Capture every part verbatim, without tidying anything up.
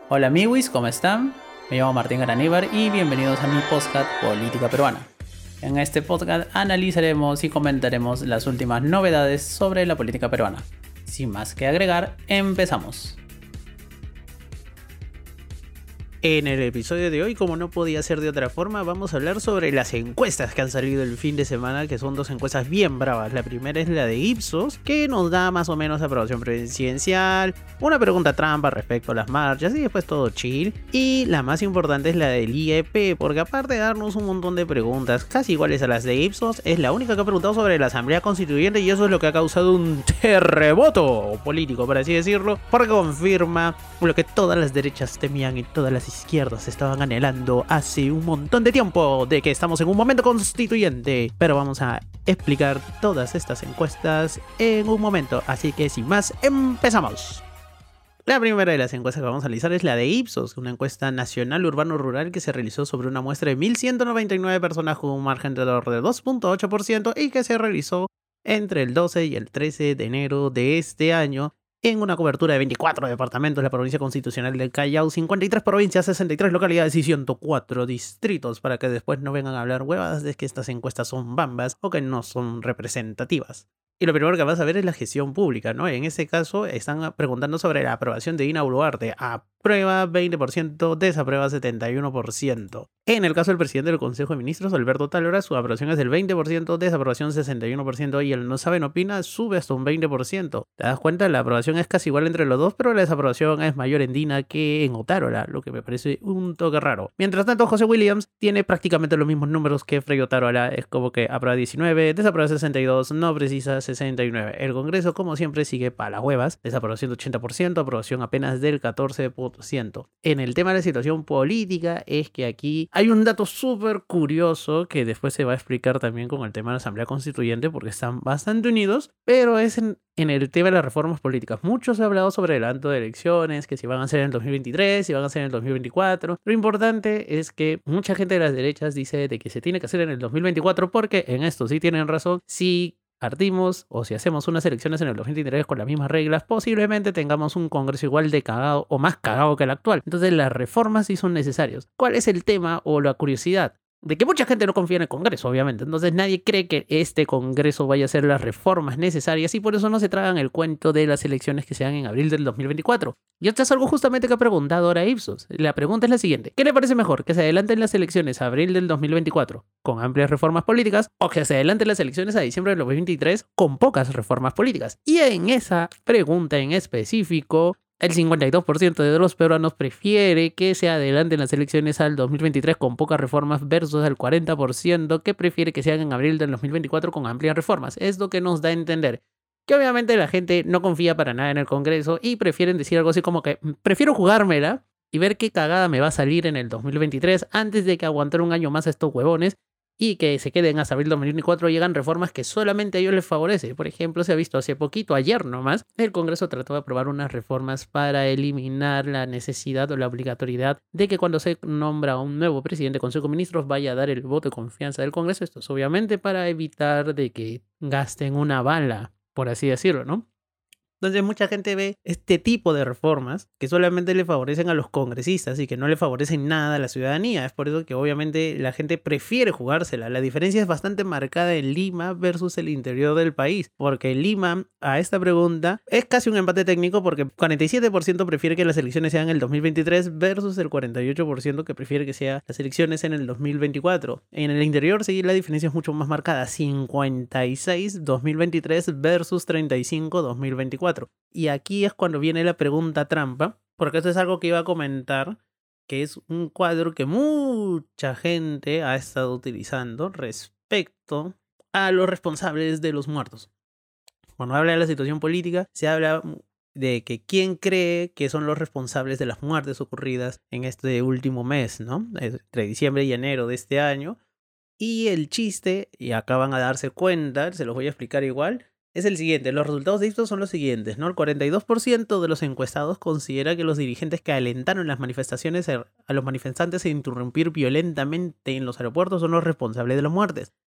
Hola amigos, ¿cómo están? Me llamo Martín Garaníbar y bienvenidos a mi podcast Política Peruana. En este podcast analizaremos y comentaremos las últimas novedades sobre la política peruana. Sin más que agregar, empezamos. En el episodio de hoy, como no podía ser de otra forma, vamos a hablar sobre las encuestas que han salido el fin de semana, que son dos encuestas bien bravas. La primera es la de Ipsos, que nos da más o menos aprobación presidencial, una pregunta trampa respecto a las marchas y después todo chill. Y la más importante es la del I E P, porque aparte de darnos un montón de preguntas casi iguales a las de Ipsos, es la única que ha preguntado sobre la Asamblea Constituyente y eso es lo que ha causado un terremoto político, por así decirlo, porque confirma lo que todas las derechas temían y todas las izquierdas estaban anhelando hace un montón de tiempo, de que estamos en un momento constituyente. Pero vamos a explicar todas estas encuestas en un momento, así que sin más, empezamos. La primera de las encuestas que vamos a analizar es la de Ipsos, una encuesta nacional urbano-rural que se realizó sobre una muestra de mil ciento noventa y nueve personas con un margen de error de dos punto ocho por ciento y que se realizó entre el doce y el trece de enero de este año, en una cobertura de veinticuatro departamentos de la provincia constitucional del Callao, cincuenta y tres provincias, sesenta y tres localidades y ciento cuatro distritos, para que después no vengan a hablar huevadas de que estas encuestas son bambas o que no son representativas. Y lo primero que vas a ver es la gestión pública, ¿no? En este caso están preguntando sobre la aprobación de Dina Boluarte. Aprueba veinte por ciento, desaprueba setenta y uno por ciento. En el caso del presidente del Consejo de Ministros, Alberto Talora, su aprobación es del veinte por ciento, desaprobación sesenta y uno por ciento y el no sabe no opina sube hasta un veinte por ciento. ¿Te das cuenta? La aprobación es casi igual entre los dos, pero la desaprobación es mayor en Dina que en Otárola, lo que me parece un toque raro. Mientras tanto, José Williams tiene prácticamente los mismos números que Frei Otárola. Es como que aprueba diecinueve, desaprueba sesenta y dos, no precisa sesenta y nueve. El Congreso, como siempre, sigue para las huevas. Desaprobación de ochenta por ciento, aprobación apenas del catorce por ciento. En el tema de la situación política es que aquí hay un dato súper curioso que después se va a explicar también con el tema de la Asamblea Constituyente porque están bastante unidos, pero es en, en el tema de las reformas políticas. Mucho se ha hablado sobre el adelanto de elecciones, que si van a ser en el dos mil veintitrés, si van a ser en el dos mil veinticuatro. Lo importante es que mucha gente de las derechas dice de que se tiene que hacer en el dos mil veinticuatro porque en esto sí tienen razón. Si partimos o si hacemos unas elecciones en el dos mil veintitrés con las mismas reglas, posiblemente tengamos un Congreso igual de cagado o más cagado que el actual. Entonces las reformas sí son necesarias. ¿Cuál es el tema o la curiosidad? De que mucha gente no confía en el Congreso, obviamente. Entonces nadie cree que este Congreso vaya a hacer las reformas necesarias y por eso no se tragan el cuento de las elecciones que se dan en abril del dos mil veinticuatro. Y esto es algo justamente que ha preguntado ahora Ipsos. La pregunta es la siguiente. ¿Qué le parece mejor? ¿Que se adelanten las elecciones a abril del dos mil veinticuatro con amplias reformas políticas o que se adelanten las elecciones a diciembre del dos mil veintitrés con pocas reformas políticas? Y en esa pregunta en específico, el cincuenta y dos por ciento de los peruanos prefiere que se adelanten las elecciones al dos mil veintitrés con pocas reformas versus el cuarenta por ciento que prefiere que se hagan en abril del dos mil veinticuatro con amplias reformas. Es lo que nos da a entender que obviamente la gente no confía para nada en el Congreso y prefieren decir algo así como que prefiero jugármela y ver qué cagada me va a salir en el dos mil veintitrés antes de que aguantar un año más a estos huevones y que se queden hasta abril dos mil veinticuatro llegan reformas que solamente a ellos les favorece. Por ejemplo, se ha visto hace poquito, ayer nomás, el Congreso trató de aprobar unas reformas para eliminar la necesidad o la obligatoriedad de que cuando se nombra un nuevo presidente del Consejo de Ministros vaya a dar el voto de confianza del Congreso. Esto es obviamente para evitar de que gasten una bala, por así decirlo, ¿no? Entonces mucha gente ve este tipo de reformas que solamente le favorecen a los congresistas y que no le favorecen nada a la ciudadanía. Es por eso que obviamente la gente prefiere jugársela. La diferencia es bastante marcada en Lima versus el interior del país. Porque en Lima, a esta pregunta, es casi un empate técnico porque cuarenta y siete por ciento prefiere que las elecciones sean en el dos mil veintitrés versus el cuarenta y ocho por ciento que prefiere que sean las elecciones en el dos mil veinticuatro. En el interior sí la diferencia es mucho más marcada. cincuenta y seis dos mil veintitrés versus treinta y cinco dos mil veinticuatro. Y aquí es cuando viene la pregunta trampa, porque esto es algo que iba a comentar, que es un cuadro que mucha gente ha estado utilizando respecto a los responsables de los muertos. Cuando habla de la situación política, se habla de que quién cree que son los responsables de las muertes ocurridas en este último mes, ¿no? Entre diciembre y enero de este año. Y el chiste, y acaban a darse cuenta, se los voy a explicar igual, es el siguiente. Los resultados de esto son los siguientes, ¿no? El cuarenta y dos por ciento de los encuestados considera que los dirigentes que alentaron las manifestaciones a los manifestantes a interrumpir violentamente en los aeropuertos son los responsables de las muertes.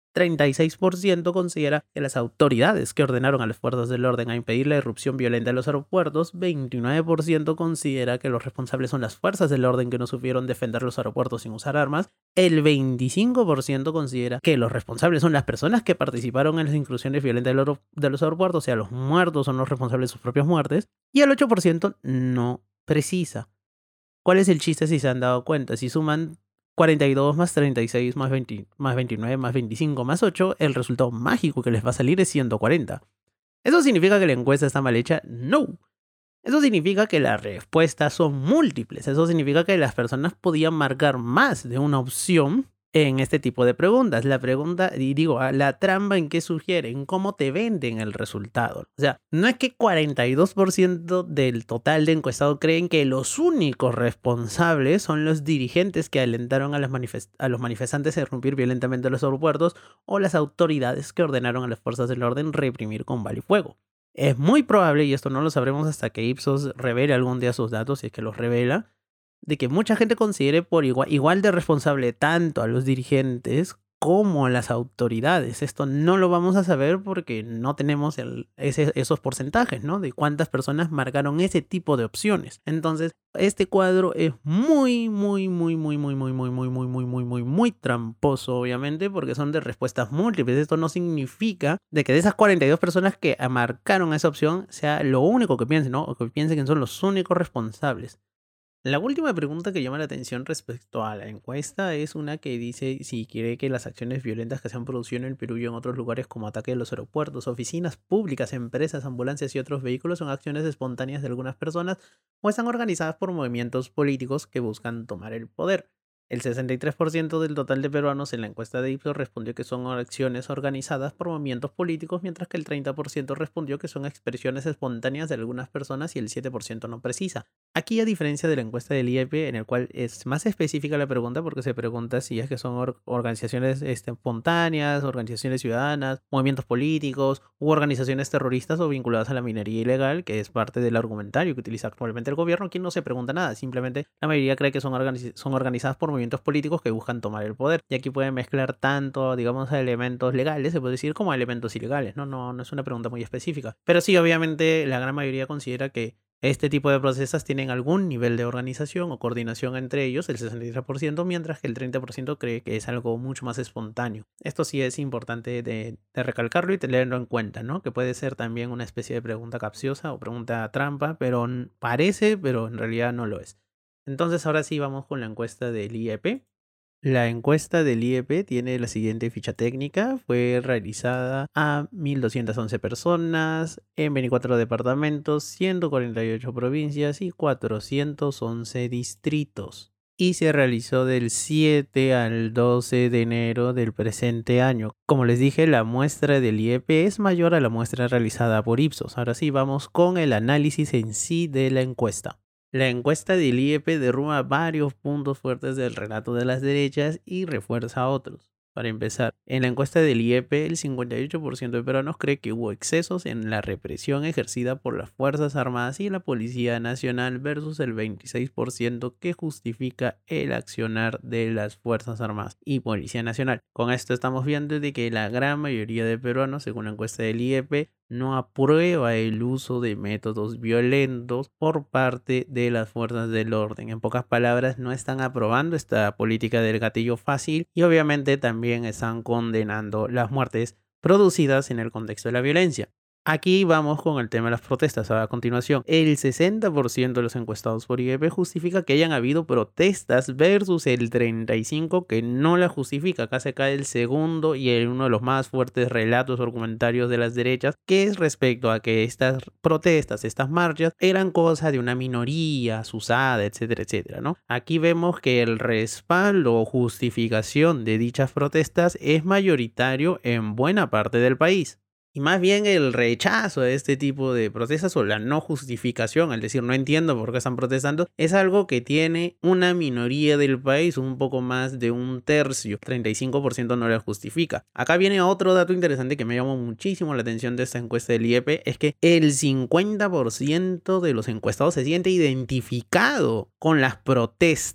treinta y seis por ciento considera que las autoridades que ordenaron a las fuerzas del orden a impedir la irrupción violenta de los aeropuertos, veintinueve por ciento considera que los responsables son las fuerzas del orden que no supieron defender los aeropuertos sin usar armas, el veinticinco por ciento considera que los responsables son las personas que participaron en las incursiones violentas de los aeropuertos, o sea, los muertos son los responsables de sus propias muertes, y el ocho por ciento no precisa. ¿Cuál es el chiste si se han dado cuenta? Si suman cuarenta y dos más treinta y seis más, veinte, más veintinueve más veinticinco más ocho, el resultado mágico que les va a salir es ciento cuarenta. ¿Eso significa que la encuesta está mal hecha? No. Eso significa que las respuestas son múltiples. Eso significa que las personas podían marcar más de una opción en este tipo de preguntas. La pregunta, y digo, la trampa en qué sugieren, cómo te venden el resultado. O sea, no es que cuarenta y dos por ciento del total de encuestados creen que los únicos responsables son los dirigentes que alentaron a, las manifest- a los manifestantes a irrumpir violentamente los aeropuertos o las autoridades que ordenaron a las fuerzas del orden reprimir con bala y fuego. Es muy probable, y esto no lo sabremos hasta que Ipsos revele algún día sus datos, si es que los revela, de que mucha gente considere por igual, igual de responsable tanto a los dirigentes como a las autoridades. Esto no lo vamos a saber porque no tenemos el, ese, esos porcentajes, ¿no? De cuántas personas marcaron ese tipo de opciones. Entonces, este cuadro es muy, muy, muy, muy, muy, muy, muy, muy, muy, muy, muy, muy, muy tramposo, obviamente, porque son de respuestas múltiples. Esto no significa de que de esas cuarenta y dos personas que marcaron esa opción sea lo único que piensen, ¿no? O que piensen que son los únicos responsables. La última pregunta que llama la atención respecto a la encuesta es una que dice si quiere que las acciones violentas que se han producido en el Perú y en otros lugares como ataque a los aeropuertos, oficinas públicas, empresas, ambulancias y otros vehículos son acciones espontáneas de algunas personas o están organizadas por movimientos políticos que buscan tomar el poder. El sesenta y tres por ciento del total de peruanos en la encuesta de Ipsos respondió que son acciones organizadas por movimientos políticos, mientras que el treinta por ciento respondió que son expresiones espontáneas de algunas personas y el siete por ciento no precisa. Aquí, a diferencia de la encuesta del I E P, en el cual es más específica la pregunta porque se pregunta si es que son or- organizaciones este, espontáneas, organizaciones ciudadanas, movimientos políticos u organizaciones terroristas o vinculadas a la minería ilegal, que es parte del argumentario que utiliza actualmente el gobierno. Aquí no se pregunta nada, simplemente la mayoría cree que son, organiz- son organizadas por movimientos políticos que buscan tomar el poder. Y aquí pueden mezclar tanto, digamos, elementos legales, se puede decir, como elementos ilegales. No, no, no es una pregunta muy específica. Pero sí, obviamente, la gran mayoría considera que este tipo de procesas tienen algún nivel de organización o coordinación entre ellos, el sesenta y tres por ciento, mientras que el treinta por ciento cree que es algo mucho más espontáneo. Esto sí es importante de, de recalcarlo y tenerlo en cuenta, ¿no? Que puede ser también una especie de pregunta capciosa o pregunta trampa, pero parece, pero en realidad no lo es. Entonces ahora sí vamos con la encuesta del I E P. La encuesta del I E P tiene la siguiente ficha técnica. Fue realizada a mil doscientas once personas en veinticuatro departamentos, ciento cuarenta y ocho provincias y cuatrocientos once distritos. Y se realizó del siete al doce de enero del presente año. Como les dije, la muestra del I E P es mayor a la muestra realizada por Ipsos. Ahora sí vamos con el análisis en sí de la encuesta. La encuesta del I E P derrumba varios puntos fuertes del relato de las derechas y refuerza otros. Para empezar, en la encuesta del I E P, el cincuenta y ocho por ciento de peruanos cree que hubo excesos en la represión ejercida por las Fuerzas Armadas y la Policía Nacional versus el veintiséis por ciento que justifica el accionar de las Fuerzas Armadas y Policía Nacional. Con esto estamos viendo de que la gran mayoría de peruanos, según la encuesta del I E P, no aprueba el uso de métodos violentos por parte de las fuerzas del orden. En pocas palabras, no están aprobando esta política del gatillo fácil y obviamente también están condenando las muertes producidas en el contexto de la violencia. Aquí vamos con el tema de las protestas. A continuación, el sesenta por ciento de los encuestados por I E P justifica que hayan habido protestas versus el treinta y cinco por ciento que no la justifica. Acá se cae el segundo y el, uno de los más fuertes relatos o argumentarios de las derechas, que es respecto a que estas protestas, estas marchas, eran cosa de una minoría, asusada, etcétera, etcétera, ¿no? Aquí vemos que el respaldo o justificación de dichas protestas es mayoritario en buena parte del país. Y más bien el rechazo a este tipo de protestas o la no justificación, es decir, no entiendo por qué están protestando, es algo que tiene una minoría del país, un poco más de un tercio, treinta y cinco por ciento no la justifica. Acá viene otro dato interesante que me llamó muchísimo la atención de esta encuesta del I E P, es que el cincuenta por ciento de los encuestados se siente identificado con las protestas.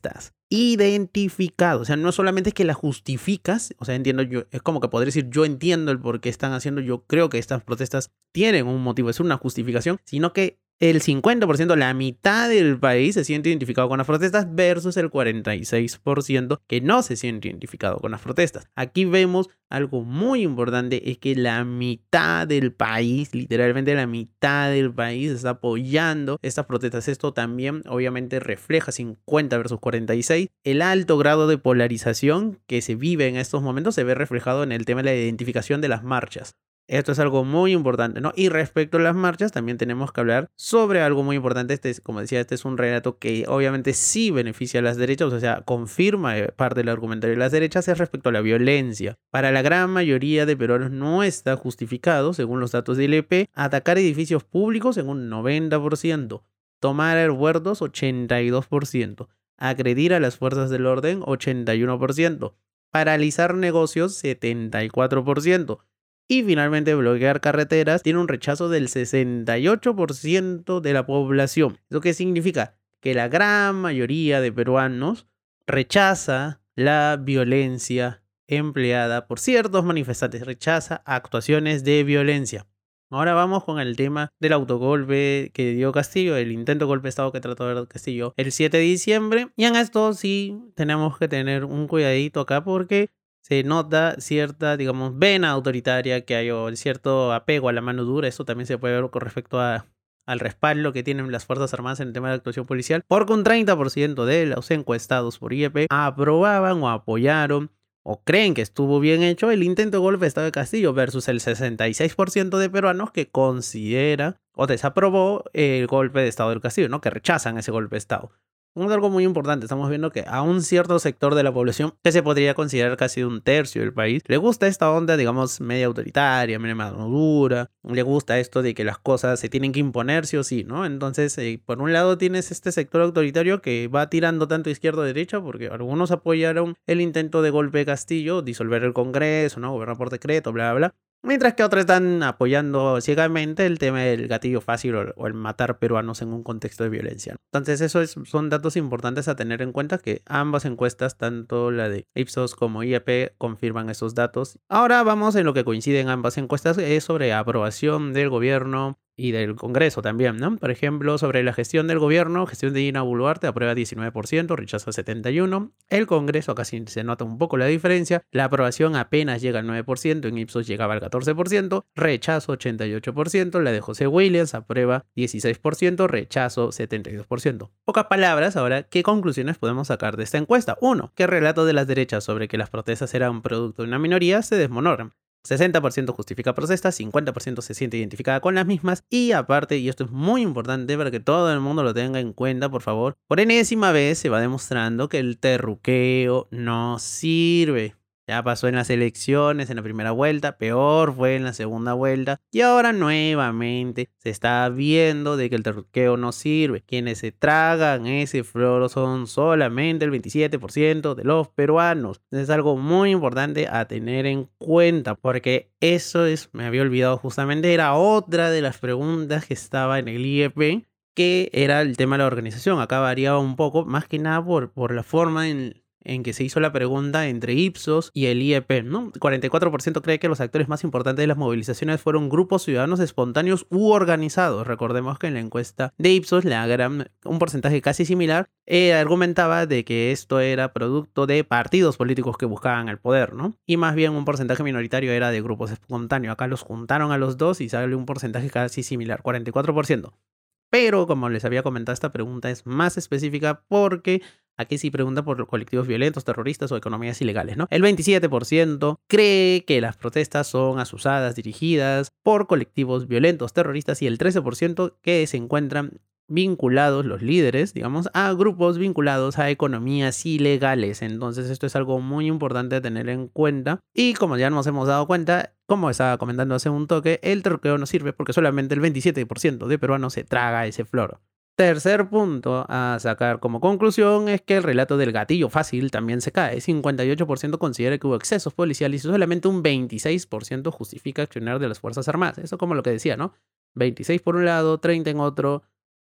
identificado. O sea, no solamente es que la justificas, o sea, entiendo yo, es como que podría decir yo entiendo el por qué están haciendo, yo creo que estas protestas tienen un motivo, es una justificación, sino que el cincuenta por ciento, la mitad del país se siente identificado con las protestas versus el cuarenta y seis por ciento que no se siente identificado con las protestas. Aquí vemos algo muy importante, es que la mitad del país, literalmente la mitad del país está apoyando estas protestas. Esto también obviamente refleja cincuenta versus cuarenta y seis. El alto grado de polarización que se vive en estos momentos se ve reflejado en el tema de la identificación de las marchas. Esto es algo muy importante, ¿no? Y respecto a las marchas, también tenemos que hablar sobre algo muy importante. Este es, como decía, este es un relato que obviamente sí beneficia a las derechas, o sea, confirma parte del argumentario de las derechas, es respecto a la violencia. Para la gran mayoría de peruanos no está justificado, según los datos del I E P, atacar edificios públicos en un noventa por ciento, tomar aeropuertos ochenta y dos por ciento, agredir a las fuerzas del orden ochenta y uno por ciento, paralizar negocios setenta y cuatro por ciento. Y finalmente bloquear carreteras tiene un rechazo del sesenta y ocho por ciento de la población. ¿Eso qué significa? Que la gran mayoría de peruanos rechaza la violencia empleada por ciertos manifestantes, rechaza actuaciones de violencia. Ahora vamos con el tema del autogolpe que dio Castillo, el intento de golpe de Estado que trató de dar Castillo el siete de diciembre. Y en esto sí tenemos que tener un cuidadito acá porque se nota cierta, digamos, vena autoritaria que hay o cierto apego a la mano dura. Eso también se puede ver con respecto a, al respaldo que tienen las Fuerzas Armadas en el tema de la actuación policial, porque un treinta por ciento de los encuestados por I E P aprobaban o apoyaron o creen que estuvo bien hecho el intento de golpe de Estado de Castillo versus el sesenta y seis por ciento de peruanos que considera o desaprobó el golpe de Estado del Castillo, ¿no? Que rechazan ese golpe de Estado. Es algo muy importante, estamos viendo que a un cierto sector de la población, que se podría considerar casi un tercio del país, le gusta esta onda, digamos, media autoritaria, media mano dura, le gusta esto de que las cosas se tienen que imponer sí o sí, ¿no? Entonces, eh, por un lado tienes este sector autoritario que va tirando tanto izquierda a derecha, porque algunos apoyaron el intento de golpe de Castillo, disolver el Congreso, ¿no? Gobernar por decreto, bla, bla, bla. Mientras que otros están apoyando ciegamente el tema del gatillo fácil o el matar peruanos en un contexto de violencia. Entonces esos son datos importantes a tener en cuenta, que ambas encuestas, tanto la de Ipsos como I E P, confirman esos datos. Ahora vamos en lo que coinciden ambas encuestas, es sobre aprobación del gobierno y del Congreso también, ¿no? Por ejemplo, sobre la gestión del gobierno, gestión de Dina Boluarte aprueba diecinueve por ciento, rechaza setenta y uno por ciento. El Congreso, acá sí se nota un poco la diferencia. La aprobación apenas llega al nueve por ciento, en Ipsos llegaba al catorce por ciento, rechazo ochenta y ocho por ciento. La de José Williams aprueba dieciséis por ciento, rechazo setenta y dos por ciento. Pocas palabras, ahora, ¿qué conclusiones podemos sacar de esta encuesta? Uno, que el relato de las derechas sobre que las protestas eran producto de una minoría se desmonoran. sesenta por ciento justifica protestas, cincuenta por ciento se siente identificada con las mismas y aparte, y esto es muy importante para que todo el mundo lo tenga en cuenta, por favor, por enésima vez se va demostrando que el terruqueo no sirve. Ya pasó en las elecciones, en la primera vuelta, peor fue en la segunda vuelta y ahora nuevamente se está viendo de que el terruqueo no sirve. Quienes se tragan ese floro son solamente el veintisiete por ciento de los peruanos. Es algo muy importante a tener en cuenta porque eso es, me había olvidado justamente, era otra de las preguntas que estaba en el I E P, que era el tema de la organización. Acá variaba un poco, más que nada por, por la forma en... en que se hizo la pregunta entre Ipsos y el I E P, ¿no? cuarenta y cuatro por ciento cree que los actores más importantes de las movilizaciones fueron grupos ciudadanos espontáneos u organizados. Recordemos que en la encuesta de Ipsos, la gran, un porcentaje casi similar, eh, argumentaba de que esto era producto de partidos políticos que buscaban el poder, ¿no? Y más bien un porcentaje minoritario era de grupos espontáneos. Acá los juntaron a los dos y sale un porcentaje casi similar, cuarenta y cuatro por ciento. Pero, como les había comentado, esta pregunta es más específica porque aquí sí pregunta por colectivos violentos, terroristas o economías ilegales, ¿no? El veintisiete por ciento cree que las protestas son asusadas, dirigidas por colectivos violentos, terroristas, y el trece por ciento que se encuentran vinculados, los líderes, digamos, a grupos vinculados a economías ilegales. Entonces esto es algo muy importante a tener en cuenta. Y como ya nos hemos dado cuenta, como estaba comentando hace un toque, el terruqueo no sirve porque solamente el veintisiete por ciento de peruanos se traga ese floro. Tercer punto a sacar como conclusión es que el relato del gatillo fácil también se cae. cincuenta y ocho por ciento considera que hubo excesos policiales y solamente un veintiséis por ciento justifica accionar de las Fuerzas Armadas. Eso como lo que decía, ¿no? veintiséis por un lado, treinta en otro.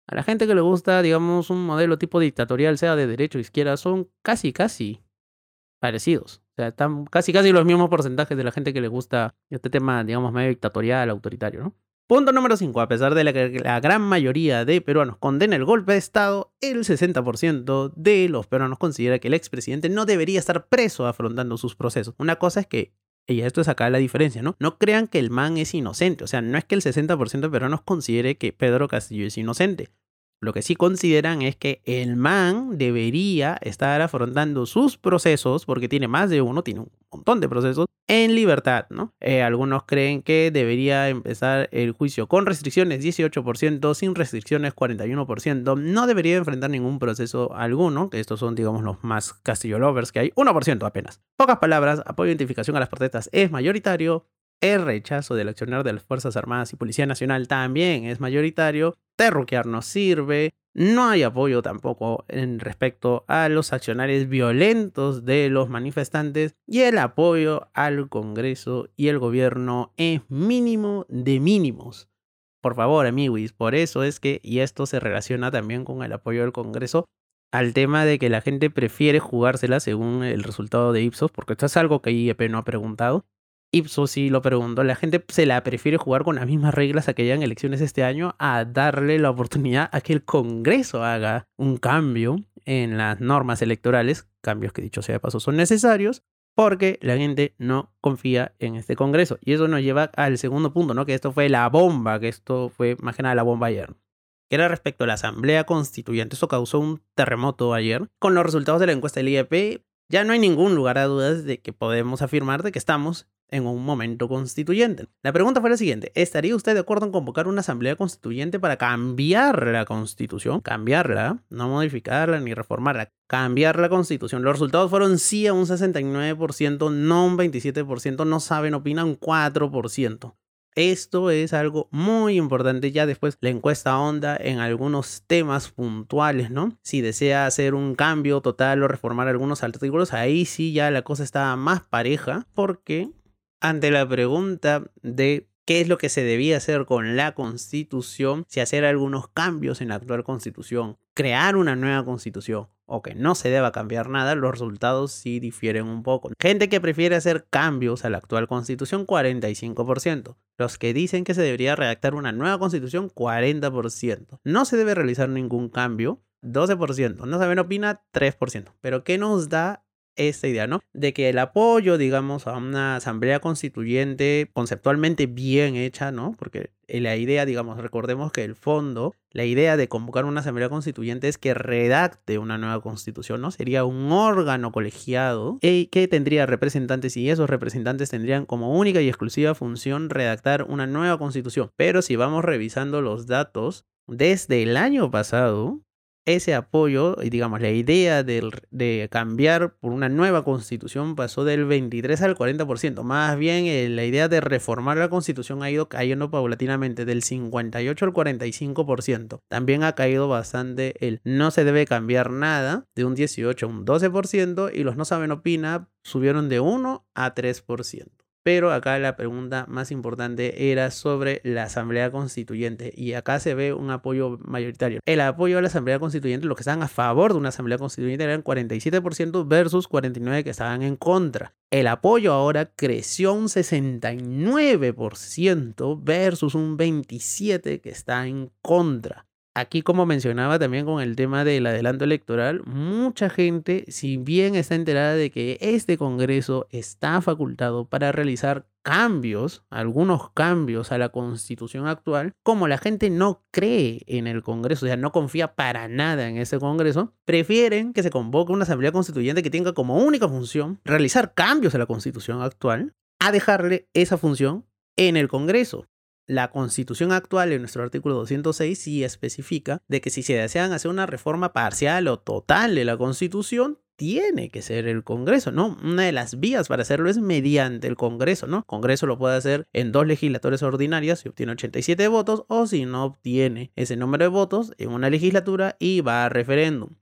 A la gente que le gusta, digamos, un modelo tipo dictatorial, sea de derecha o izquierda, son casi, casi parecidos. O sea, están casi, casi los mismos porcentajes de la gente que le gusta este tema, digamos, medio dictatorial, autoritario, ¿no? Punto número cinco. A pesar de la que la gran mayoría de peruanos condena el golpe de Estado, el sesenta por ciento de los peruanos considera que el expresidente no debería estar preso afrontando sus procesos. Una cosa es que, y esto es acá la diferencia, ¿no? No crean que el man es inocente. O sea, no es que el sesenta por ciento de peruanos considere que Pedro Castillo es inocente. Lo que sí consideran es que el man debería estar afrontando sus procesos, porque tiene más de uno, tiene un montón de procesos, en libertad, ¿no? Eh, algunos creen que debería empezar el juicio con restricciones, dieciocho por ciento, sin restricciones, cuarenta y uno por ciento. No debería enfrentar ningún proceso alguno, que estos son, digamos, los más Castillo lovers que hay, uno por ciento apenas. Pocas palabras, apoyo e identificación a las protestas es mayoritario. El rechazo del accionar de las Fuerzas Armadas y Policía Nacional también es mayoritario. Terruquear no sirve. No hay apoyo tampoco en respecto a los accionarios violentos de los manifestantes. Y el apoyo al Congreso y el gobierno es mínimo de mínimos. Por favor, amiguis, por eso es que, y esto se relaciona también con el apoyo del Congreso, al tema de que la gente prefiere jugársela según el resultado de Ipsos, porque esto es algo que I E P no ha preguntado. Ipsos sí lo preguntó, la gente se la prefiere jugar con las mismas reglas a que hayan elecciones este año a darle la oportunidad a que el Congreso haga un cambio en las normas electorales, cambios que dicho sea de paso son necesarios, porque la gente no confía en este Congreso. Y eso nos lleva al segundo punto, ¿no? Que esto fue la bomba, que esto fue más que nada la bomba ayer. Que era respecto a la Asamblea Constituyente. Eso causó un terremoto ayer. Con los resultados de la encuesta del I E P, ya no hay ningún lugar a dudas de que podemos afirmar de que estamos en un momento constituyente. La pregunta fue la siguiente: ¿estaría usted de acuerdo en convocar una asamblea constituyente para cambiar la constitución? Cambiarla, no modificarla ni reformarla, cambiar la constitución. Los resultados fueron sí a un sesenta y nueve por ciento, no un veintisiete por ciento, no saben, opinan un cuatro por ciento. Esto es algo muy importante. Ya después la encuesta onda en algunos temas puntuales, ¿no? Si desea hacer un cambio total o reformar algunos artículos, ahí sí ya la cosa está más pareja, porque ante la pregunta de qué es lo que se debía hacer con la Constitución, si hacer algunos cambios en la actual Constitución, crear una nueva Constitución o que no se deba cambiar nada, los resultados sí difieren un poco. Gente que prefiere hacer cambios a la actual Constitución, cuarenta y cinco por ciento. Los que dicen que se debería redactar una nueva Constitución, cuarenta por ciento. No se debe realizar ningún cambio, doce por ciento. No saben, opina, tres por ciento. Pero ¿qué nos da esta idea, no? De que el apoyo, digamos, a una asamblea constituyente conceptualmente bien hecha, ¿no? Porque la idea, digamos, recordemos que el fondo, la idea de convocar una asamblea constituyente es que redacte una nueva constitución, ¿no? Sería un órgano colegiado que tendría representantes, y esos representantes tendrían como única y exclusiva función redactar una nueva constitución. Pero si vamos revisando los datos, desde el año pasado, ese apoyo y digamos la idea de, de cambiar por una nueva constitución pasó del veintitrés al cuarenta por ciento. Más bien eh, la idea de reformar la constitución ha ido cayendo paulatinamente del cincuenta y ocho al cuarenta y cinco por ciento. También ha caído bastante el no se debe cambiar nada, de un dieciocho a un doce por ciento, y los no saben opina subieron de uno a tres por ciento. Pero acá la pregunta más importante era sobre la Asamblea Constituyente, y acá se ve un apoyo mayoritario. El apoyo a la Asamblea Constituyente, los que estaban a favor de una Asamblea Constituyente eran cuarenta y siete por ciento versus cuarenta y nueve por ciento que estaban en contra. El apoyo ahora creció un sesenta y nueve por ciento versus un veintisiete por ciento que está en contra. Aquí, como mencionaba también con el tema del adelanto electoral, mucha gente, si bien está enterada de que este Congreso está facultado para realizar cambios, algunos cambios a la Constitución actual, como la gente no cree en el Congreso, o sea, no confía para nada en ese Congreso, prefieren que se convoque una Asamblea Constituyente que tenga como única función realizar cambios a la Constitución actual, a dejarle esa función en el Congreso. La Constitución actual, en nuestro artículo doscientos seis, sí especifica de que si se desean hacer una reforma parcial o total de la Constitución, tiene que ser el Congreso, ¿no? Una de las vías para hacerlo es mediante el Congreso, ¿no? El Congreso lo puede hacer en dos legislaturas ordinarias si obtiene ochenta y siete votos, o si no obtiene ese número de votos en una legislatura y va a referéndum.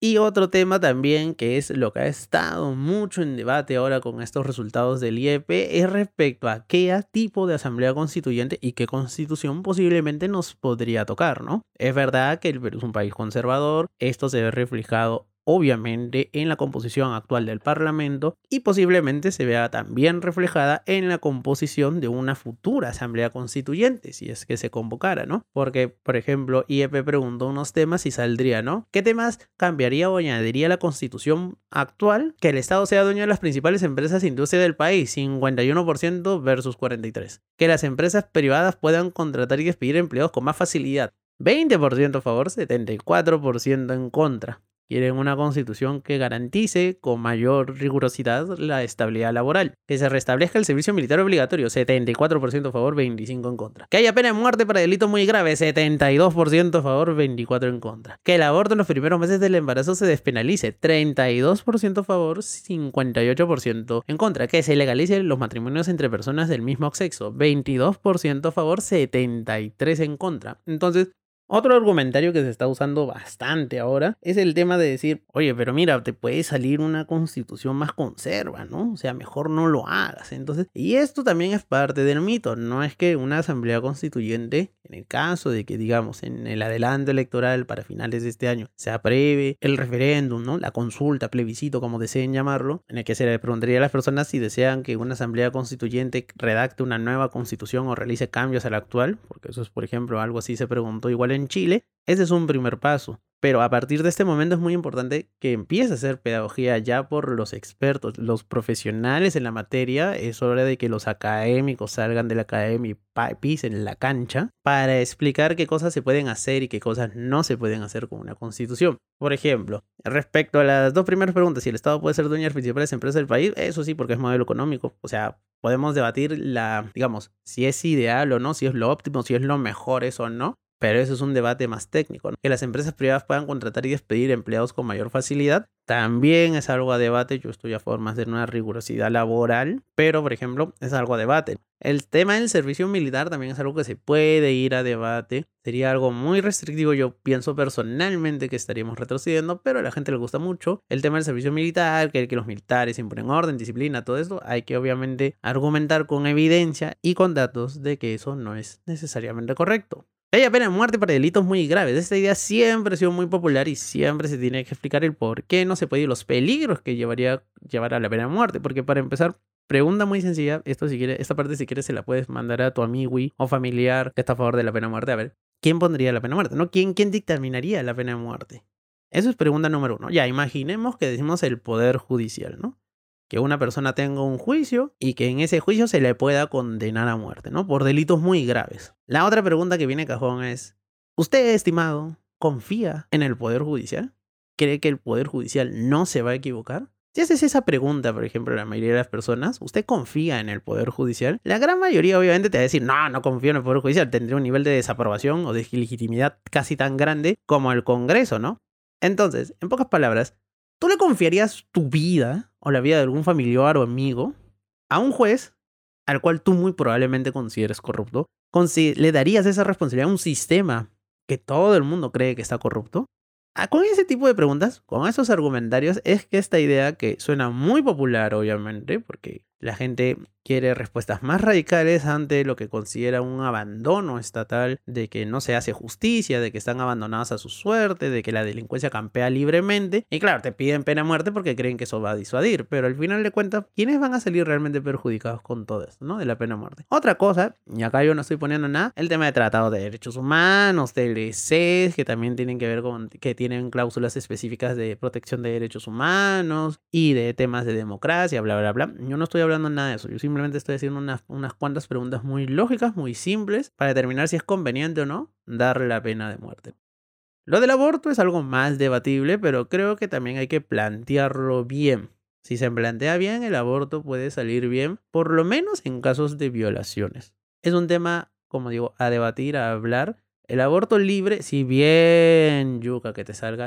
Y otro tema también que es lo que ha estado mucho en debate ahora con estos resultados del I E P es respecto a qué tipo de asamblea constituyente y qué constitución posiblemente nos podría tocar, ¿no? Es verdad que el Perú es un país conservador, esto se ve reflejado obviamente en la composición actual del Parlamento y posiblemente se vea también reflejada en la composición de una futura asamblea constituyente, si es que se convocara, ¿no? Porque, por ejemplo, I E P preguntó unos temas y saldría, ¿no? ¿Qué temas cambiaría o añadiría la constitución actual? Que el Estado sea dueño de las principales empresas de industria del país, cincuenta y uno por ciento versus cuarenta y tres por ciento. Que las empresas privadas puedan contratar y despedir empleados con más facilidad, veinte por ciento a favor, setenta y cuatro por ciento en contra. Quieren una constitución que garantice con mayor rigurosidad la estabilidad laboral. Que se restablezca el servicio militar obligatorio, setenta y cuatro por ciento a favor, veinticinco por ciento en contra. Que haya pena de muerte para delitos muy graves, setenta y dos por ciento a favor, veinticuatro por ciento en contra. Que el aborto en los primeros meses del embarazo se despenalice, treinta y dos por ciento a favor, cincuenta y ocho por ciento en contra. Que se legalicen los matrimonios entre personas del mismo sexo, veintidós por ciento a favor, setenta y tres por ciento en contra. Entonces, otro argumentario que se está usando bastante ahora es el tema de decir, oye, pero mira, te puede salir una constitución más conserva, ¿no? O sea, mejor no lo hagas. Entonces, y esto también es parte del mito. No es que una asamblea constituyente, en el caso de que, digamos, en el adelanto electoral para finales de este año, se apruebe el referéndum, ¿no? La consulta, plebiscito, como deseen llamarlo, en el que se le preguntaría a las personas si desean que una asamblea constituyente redacte una nueva constitución o realice cambios a la actual, porque eso es, por ejemplo, algo así se preguntó igual en Chile. Ese es un primer paso. Pero a partir de este momento es muy importante que empiece a hacer pedagogía ya por los expertos, los profesionales en la materia. Es hora de que los académicos salgan de la academia y pisen la cancha para explicar qué cosas se pueden hacer y qué cosas no se pueden hacer con una constitución. Por ejemplo, respecto a las dos primeras preguntas, si el Estado puede ser dueño de las principales empresas del país, eso sí, porque es modelo económico. O sea, podemos debatir la, digamos, si es ideal o no, si es lo óptimo, si es lo mejor eso o no. Pero eso es un debate más técnico, ¿no? Que las empresas privadas puedan contratar y despedir empleados con mayor facilidad también es algo a debate. Yo estoy a favor más de una rigurosidad laboral, pero por ejemplo es algo a debate. El tema del servicio militar también es algo que se puede ir a debate. Sería algo muy restrictivo. Yo pienso personalmente que estaríamos retrocediendo, pero a la gente le gusta mucho el tema del servicio militar, que, que los militares imponen orden, disciplina, todo esto. Hay que obviamente argumentar con evidencia y con datos de que eso no es necesariamente correcto. Hay pena de muerte para delitos muy graves. Esta idea siempre ha sido muy popular y siempre se tiene que explicar el por qué no se puede y los peligros que llevaría llevar a la pena de muerte. Porque para empezar, pregunta muy sencilla, esto si quieres, esta parte si quieres se la puedes mandar a tu amigo o familiar que está a favor de la pena de muerte. A ver, ¿quién pondría la pena de muerte? ¿No? ¿Quién, quién dictaminaría la pena de muerte? Eso es pregunta número uno. Ya, imaginemos que decimos el poder judicial, ¿no? Que una persona tenga un juicio y que en ese juicio se le pueda condenar a muerte, ¿no? Por delitos muy graves. La otra pregunta que viene a cajón es, ¿usted, estimado, confía en el Poder Judicial? ¿Cree que el Poder Judicial no se va a equivocar? Si haces esa pregunta, por ejemplo, a la mayoría de las personas, ¿usted confía en el Poder Judicial? La gran mayoría obviamente te va a decir, no, no confío en el Poder Judicial. Tendría un nivel de desaprobación o de legitimidad casi tan grande como el Congreso, ¿no? Entonces, en pocas palabras, ¿tú le confiarías tu vida o la vida de algún familiar o amigo a un juez al cual tú muy probablemente consideres corrupto? ¿Le darías esa responsabilidad a un sistema que todo el mundo cree que está corrupto? Ah, con ese tipo de preguntas, con esos argumentarios, es que esta idea que suena muy popular, obviamente, porque la gente quiere respuestas más radicales ante lo que considera un abandono estatal, de que no se hace justicia, de que están abandonados a su suerte, de que la delincuencia campea libremente. Y claro, te piden pena de muerte porque creen que eso va a disuadir, pero al final de cuentas, ¿quiénes van a salir realmente perjudicados con todo esto, ¿no? De la pena de muerte. Otra cosa, y acá yo no estoy poniendo nada, el tema de tratados de derechos humanos, D L Cs, que también tienen que ver con, que tienen cláusulas específicas de protección de derechos humanos y de temas de democracia, bla, bla, bla. Yo no estoy hablando nada de eso, yo simplemente estoy haciendo unas, unas cuantas preguntas muy lógicas, muy simples, para determinar si es conveniente o no darle la pena de muerte. Lo del aborto es algo más debatible, pero creo que también hay que plantearlo bien. Si se plantea bien, el aborto puede salir bien, por lo menos en casos de violaciones. Es un tema, como digo, a debatir, a hablar. El aborto libre, si bien yuca que te salga,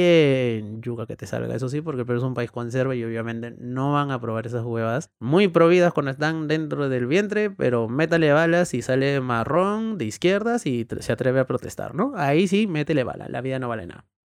bien yuca que te salga, eso sí, porque el Perú es un país conserva y obviamente no van a aprobar esas huevadas. Muy prohibidas cuando están dentro del vientre, pero métale balas y sale marrón de izquierdas y se atreve a protestar, ¿no? Ahí sí, métele bala, la vida no vale nada.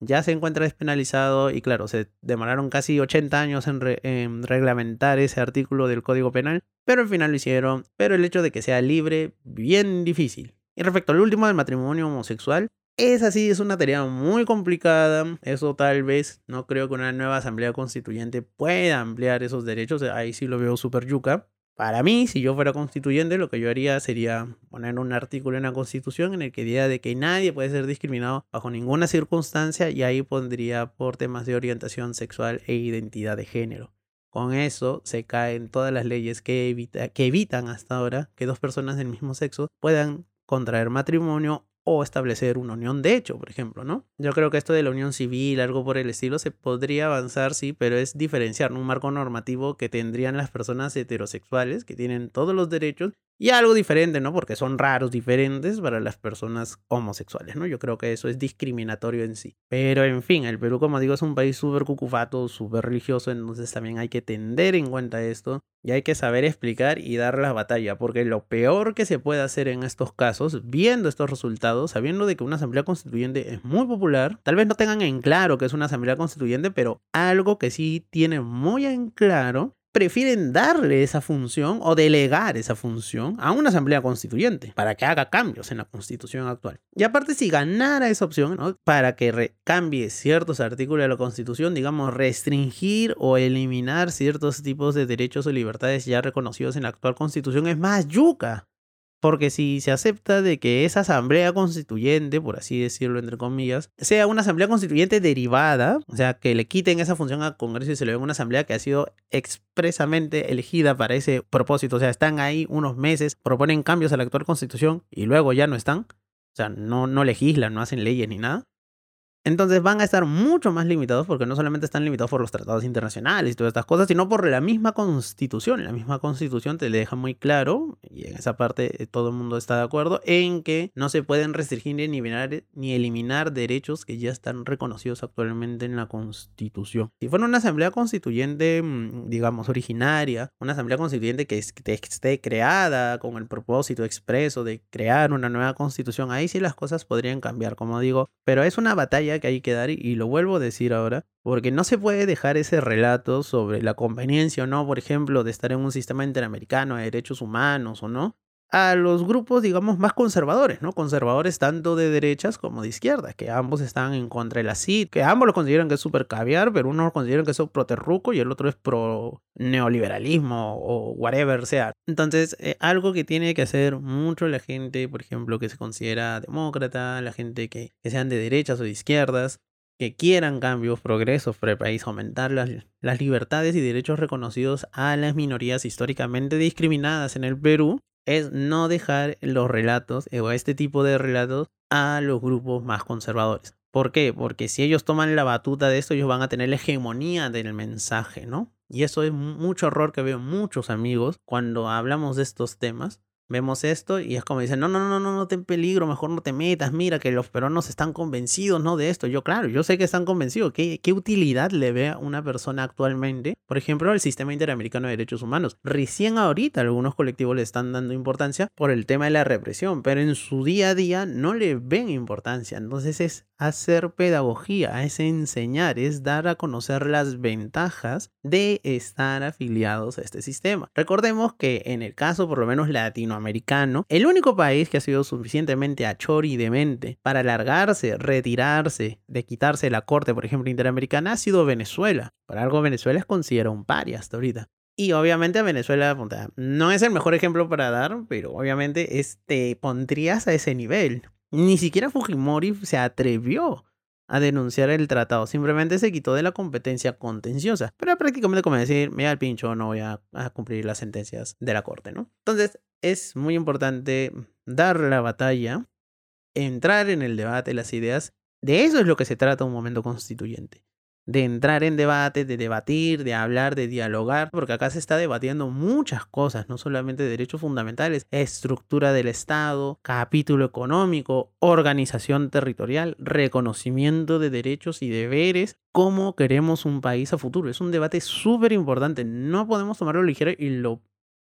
ya se encuentra despenalizado y claro, se demoraron casi ochenta años en, re en reglamentar ese artículo del Código Penal, pero al final lo hicieron. Pero el hecho de que sea libre, bien difícil. Y respecto al último del matrimonio homosexual, es así, es una tarea muy complicada. Eso tal vez, no creo que una nueva asamblea constituyente pueda ampliar esos derechos. Ahí sí lo veo súper yuca. Para mí, si yo fuera constituyente, lo que yo haría sería poner un artículo en la Constitución en el que diga de que nadie puede ser discriminado bajo ninguna circunstancia, y ahí pondría por temas de orientación sexual e identidad de género. Con eso se caen todas las leyes que, evita, que evitan hasta ahora que dos personas del mismo sexo puedan contraer matrimonio o establecer una unión de hecho, por ejemplo, ¿no? Yo creo que esto de la unión civil, algo por el estilo, se podría avanzar, sí, pero es diferenciar, ¿no? Un marco normativo que tendrían las personas heterosexuales, que tienen todos los derechos, y algo diferente, ¿no? Porque son raros, diferentes para las personas homosexuales, ¿no? Yo creo que eso es discriminatorio en sí. Pero, en fin, el Perú, como digo, es un país súper cucufato, súper religioso, entonces también hay que tener en cuenta esto y hay que saber explicar y dar la batalla, porque lo peor que se puede hacer en estos casos, viendo estos resultados, sabiendo de que una asamblea constituyente es muy popular, tal vez no tengan en claro que es una asamblea constituyente, pero algo que sí tienen muy en claro, prefieren darle esa función o delegar esa función a una asamblea constituyente para que haga cambios en la constitución actual. Y aparte, si ganara esa opción, ¿no? Para que cambie ciertos artículos de la constitución, digamos, restringir o eliminar ciertos tipos de derechos o libertades ya reconocidos en la actual constitución, es más yuca. Porque si se acepta de que esa asamblea constituyente, por así decirlo entre comillas, sea una asamblea constituyente derivada, o sea, que le quiten esa función al Congreso y se le den una asamblea que ha sido expresamente elegida para ese propósito, o sea, están ahí unos meses, proponen cambios a la actual constitución y luego ya no están, o sea, no, no legislan, no hacen leyes ni nada. Entonces van a estar mucho más limitados, porque no solamente están limitados por los tratados internacionales y todas estas cosas, sino por la misma constitución. La misma constitución te deja muy claro, y en esa parte todo el mundo está de acuerdo, en que no se pueden restringir ni eliminar, ni eliminar derechos que ya están reconocidos actualmente en la constitución. Si fuera una asamblea constituyente, digamos, originaria, una asamblea constituyente que esté creada con el propósito expreso de crear una nueva constitución, ahí sí las cosas podrían cambiar, como digo, pero es una batalla que hay que dar, y lo vuelvo a decir ahora, porque no se puede dejar ese relato sobre la conveniencia o no, por ejemplo, de estar en un sistema interamericano de derechos humanos o no, a los grupos, digamos, más conservadores, ¿no? Conservadores tanto de derechas como de izquierda, que ambos están en contra de la C I D, que ambos lo consideran que es súper caviar, pero uno lo considera que es pro terruco y el otro es pro neoliberalismo o whatever sea. Entonces, eh, algo que tiene que hacer mucho la gente, por ejemplo, que se considera demócrata, la gente que, que sean de derechas o de izquierdas, que quieran cambios, progresos para el país, aumentar las, las libertades y derechos reconocidos a las minorías históricamente discriminadas en el Perú, es no dejar los relatos o este tipo de relatos a los grupos más conservadores. ¿Por qué? Porque si ellos toman la batuta de esto, ellos van a tener la hegemonía del mensaje, ¿no? Y eso es mucho error que veo muchos amigos cuando hablamos de estos temas. Vemos esto y es como dicen, no, no, no, no, no te en peligro, mejor no te metas, mira que los peruanos están convencidos, ¿no? De esto. Yo, claro, yo sé que están convencidos. ¿Qué, qué utilidad le ve a una persona actualmente, por ejemplo, al sistema interamericano de derechos humanos? Recién ahorita algunos colectivos le están dando importancia por el tema de la represión, pero en su día a día no le ven importancia. Entonces es hacer pedagogía, es enseñar, es dar a conocer las ventajas de estar afiliados a este sistema. Recordemos que en el caso, por lo menos latinoamericano, el único país que ha sido suficientemente achori y demente para alargarse, retirarse, de quitarse la corte, por ejemplo, interamericana, ha sido Venezuela. Por algo Venezuela es considerado un paria hasta ahorita. Y obviamente a Venezuela no es el mejor ejemplo para dar, pero obviamente este, pondrías a ese nivel. Ni siquiera Fujimori se atrevió a denunciar el tratado, simplemente se quitó de la competencia contenciosa, pero prácticamente como decir, me da el pincho, no voy a, a cumplir las sentencias de la corte, ¿no? Entonces es muy importante dar la batalla, entrar en el debate, las ideas. De eso es lo que se trata un momento constituyente, de entrar en debate, de debatir, de hablar, de dialogar, porque acá se está debatiendo muchas cosas, no solamente derechos fundamentales, estructura del Estado, capítulo económico, organización territorial, reconocimiento de derechos y deberes, cómo queremos un país a futuro. Es un debate súper importante, no podemos tomarlo ligero, y lo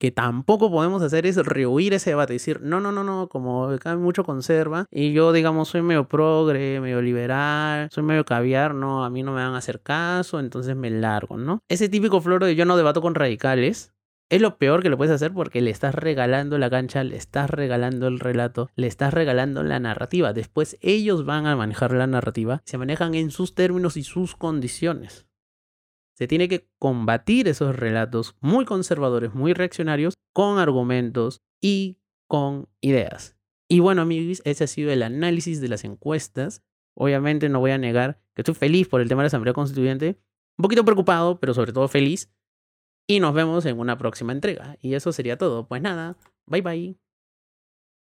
que tampoco podemos hacer es rehuir ese debate, decir, no, no, no, no, como acá hay mucho conserva y yo, digamos, soy medio progre, medio liberal, soy medio caviar, no, a mí no me van a hacer caso, entonces me largo, ¿no? Ese típico floro de yo no debato con radicales es lo peor que lo puedes hacer porque le estás regalando la cancha, le estás regalando el relato, le estás regalando la narrativa. Después ellos van a manejar la narrativa, se manejan en sus términos y sus condiciones. Se tiene que combatir esos relatos muy conservadores, muy reaccionarios, con argumentos y con ideas. Y bueno, amigos, ese ha sido el análisis de las encuestas. Obviamente no voy a negar que estoy feliz por el tema de la Asamblea Constituyente. Un poquito preocupado, pero sobre todo feliz. Y nos vemos en una próxima entrega. Y eso sería todo. Pues nada, bye bye.